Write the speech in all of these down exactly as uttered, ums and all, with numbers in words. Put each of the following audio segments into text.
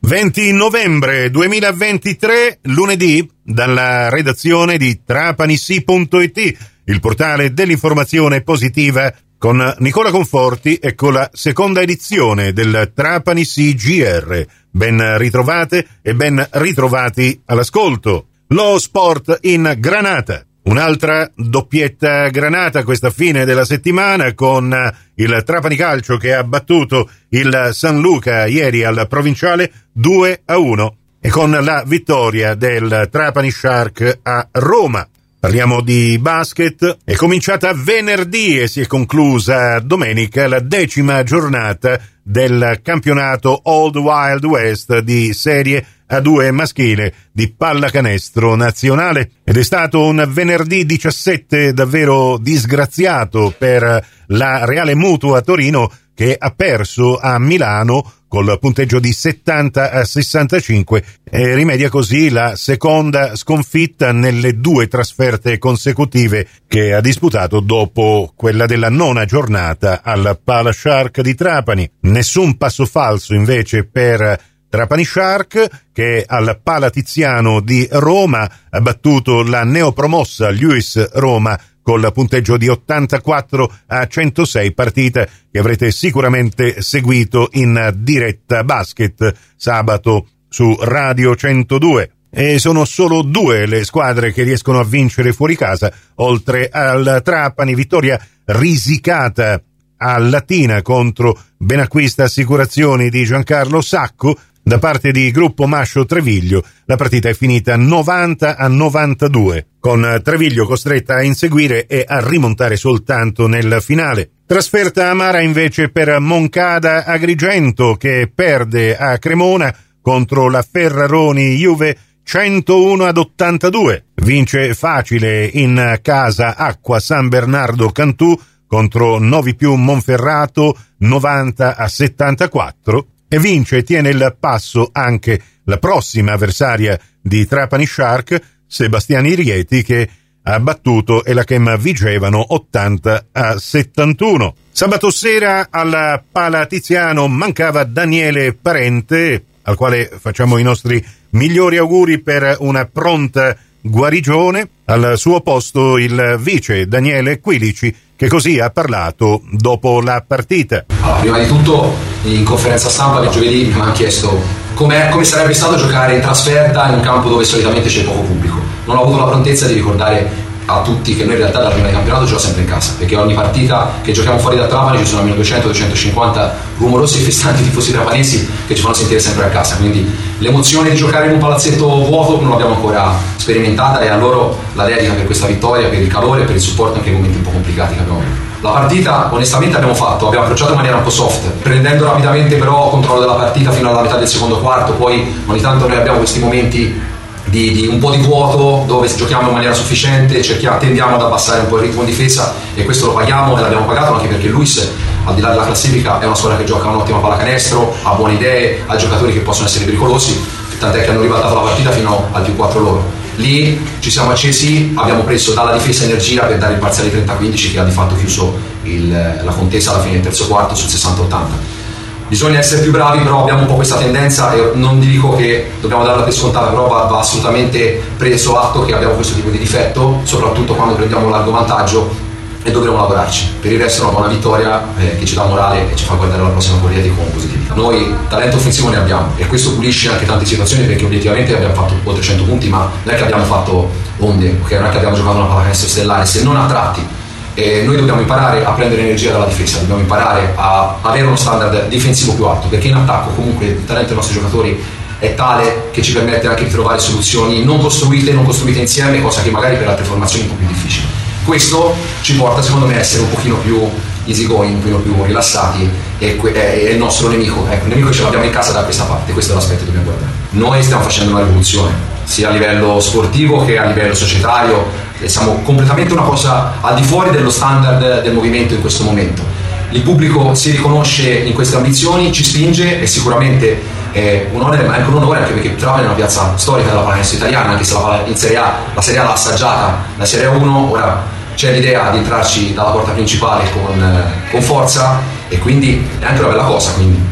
venti novembre duemilaventitré, lunedì, dalla redazione di Trapanisi punto it, il portale dell'informazione positiva, con Nicola Conforti e con la seconda edizione del Trapanisi G R. Ben ritrovate e ben ritrovati all'ascolto. Lo sport in Granata. Un'altra doppietta Granata questa fine della settimana, con il Trapani Calcio che ha battuto il San Luca ieri al provinciale due a uno e con la vittoria del Trapani Shark a Roma. Parliamo di basket. È cominciata venerdì e si è conclusa domenica la decima giornata del campionato Old Wild West di Serie A due maschile di pallacanestro nazionale, ed è stato un venerdì diciassette davvero disgraziato per la Reale Mutua Torino, che ha perso a Milano col punteggio di settanta a sessantacinque e rimedia così la seconda sconfitta nelle due trasferte consecutive che ha disputato dopo quella della nona giornata al Pala Shark di Trapani. Nessun passo falso invece per Trapani Shark, che al Pala Tiziano di Roma ha battuto la neopromossa Lewis Roma col punteggio di ottantaquattro a centosei, partita che avrete sicuramente seguito in diretta basket sabato su Radio centodue. E sono solo due le squadre che riescono a vincere fuori casa, oltre al Trapani, vittoria risicata a Latina contro Benacquista Assicurazioni di Giancarlo Sacco. Da parte di Gruppo Mascio Treviglio la partita è finita novanta a novantadue, con Treviglio costretta a inseguire e a rimontare soltanto nel finale. Trasferta amara invece per Moncada Agrigento, che perde a Cremona contro la Ferraroni Juve centouno ad ottantadue. Vince facile in casa Acqua San Bernardo Cantù contro Novi Più Monferrato novanta a settantaquattro. E vince e tiene il passo anche la prossima avversaria di Trapani Shark, Sebastiani Rieti, che ha battuto Elachem Vigevano ottanta a settantuno. Sabato sera al Pala Tiziano mancava Daniele Parente, al quale facciamo i nostri migliori auguri per una pronta guarigione. Al suo posto il vice Daniele Quilici, che così ha parlato dopo la partita. Allora, prima di tutto, in conferenza stampa di giovedì mi hanno chiesto come sarebbe stato giocare in trasferta in un campo dove solitamente c'è poco pubblico. Non ho avuto la prontezza di ricordare a tutti che noi in realtà dalla prima di campionato giochiamo sempre in casa, perché ogni partita che giochiamo fuori da Trapani ci sono almeno duecento duecentocinquanta rumorosi e festanti tifosi trapanesi che ci fanno sentire sempre a casa, quindi l'emozione di giocare in un palazzetto vuoto non l'abbiamo ancora sperimentata, e a loro la dedica per questa vittoria, per il calore e per il supporto anche nei momenti un po' complicati che abbiamo avuto. La partita onestamente abbiamo fatto, abbiamo approcciato in maniera un po' soft, prendendo rapidamente però controllo della partita fino alla metà del secondo quarto. Poi ogni tanto noi abbiamo questi momenti Di, di un po' di vuoto dove giochiamo in maniera sufficiente, cerchiamo, tendiamo ad abbassare un po' il ritmo in difesa, e questo lo paghiamo, e l'abbiamo pagato anche perché Luis, al di là della classifica, è una squadra che gioca un'ottima pallacanestro, ha buone idee, ha giocatori che possono essere pericolosi, tant'è che hanno ribaltato la partita fino al più quattro loro. Lì ci siamo accesi, abbiamo preso dalla difesa energia per dare il parziale trenta a quindici che ha di fatto chiuso il, la contesa alla fine del terzo quarto sul sessanta a ottanta. Bisogna essere più bravi, però abbiamo un po' questa tendenza, e non dico che dobbiamo darla per scontata, però va, va assolutamente preso atto che abbiamo questo tipo di difetto, soprattutto quando prendiamo un largo vantaggio, e dovremo lavorarci. Per il resto è una buona vittoria eh, che ci dà morale e ci fa guardare la prossima corrida con positività. Noi talento offensivo ne abbiamo, e questo pulisce anche tante situazioni, perché obiettivamente abbiamo fatto oltre cento punti, ma non è che abbiamo fatto onde, okay? Non è che abbiamo giocato una pallacanestro stellare, se non a tratti. E noi dobbiamo imparare a prendere energia dalla difesa, dobbiamo imparare a avere uno standard difensivo più alto, perché in attacco comunque il talento dei nostri giocatori è tale che ci permette anche di trovare soluzioni non costruite, non costruite insieme, cosa che magari per altre formazioni è un po' più difficile. Questo ci porta secondo me a essere un pochino più easy going, un pochino più rilassati, e que- è il nostro nemico, ecco, il nemico ce l'abbiamo in casa da questa parte, questo è l'aspetto che dobbiamo guardare. Noi stiamo facendo una rivoluzione, sia a livello sportivo che a livello societario, e siamo completamente una cosa al di fuori dello standard del movimento in questo momento. Il pubblico si riconosce in queste ambizioni, ci spinge, e sicuramente è un onore, ma anche un onore, anche perché Trapani è una piazza storica della pallacanestro italiana, anche se la, in Serie A, la Serie A l'ha assaggiata, la Serie A uno, ora c'è l'idea di entrarci dalla porta principale con, con forza, e quindi è anche una bella cosa, quindi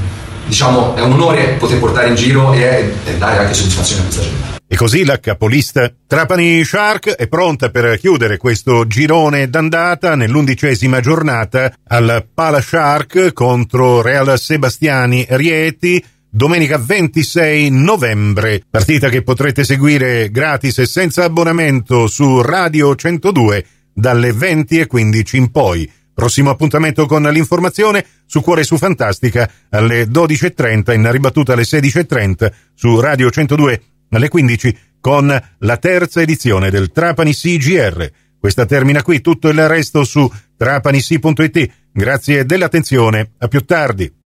diciamo è un onore poter portare in giro e, e dare anche soddisfazione a questa gente. E così la capolista Trapani Shark è pronta per chiudere questo girone d'andata nell'undicesima giornata al Pala Shark contro Real Sebastiani Rieti, domenica ventisei novembre, partita che potrete seguire gratis e senza abbonamento su Radio centodue dalle venti e quindici in poi. Prossimo appuntamento con l'informazione su Cuore su Fantastica alle dodici e trenta, in ribattuta alle sedici e trenta su Radio centodue alle quindici con la terza edizione del Trapani C G R. Questa termina qui, tutto il resto su trapanisi punto it. Grazie dell'attenzione, a più tardi.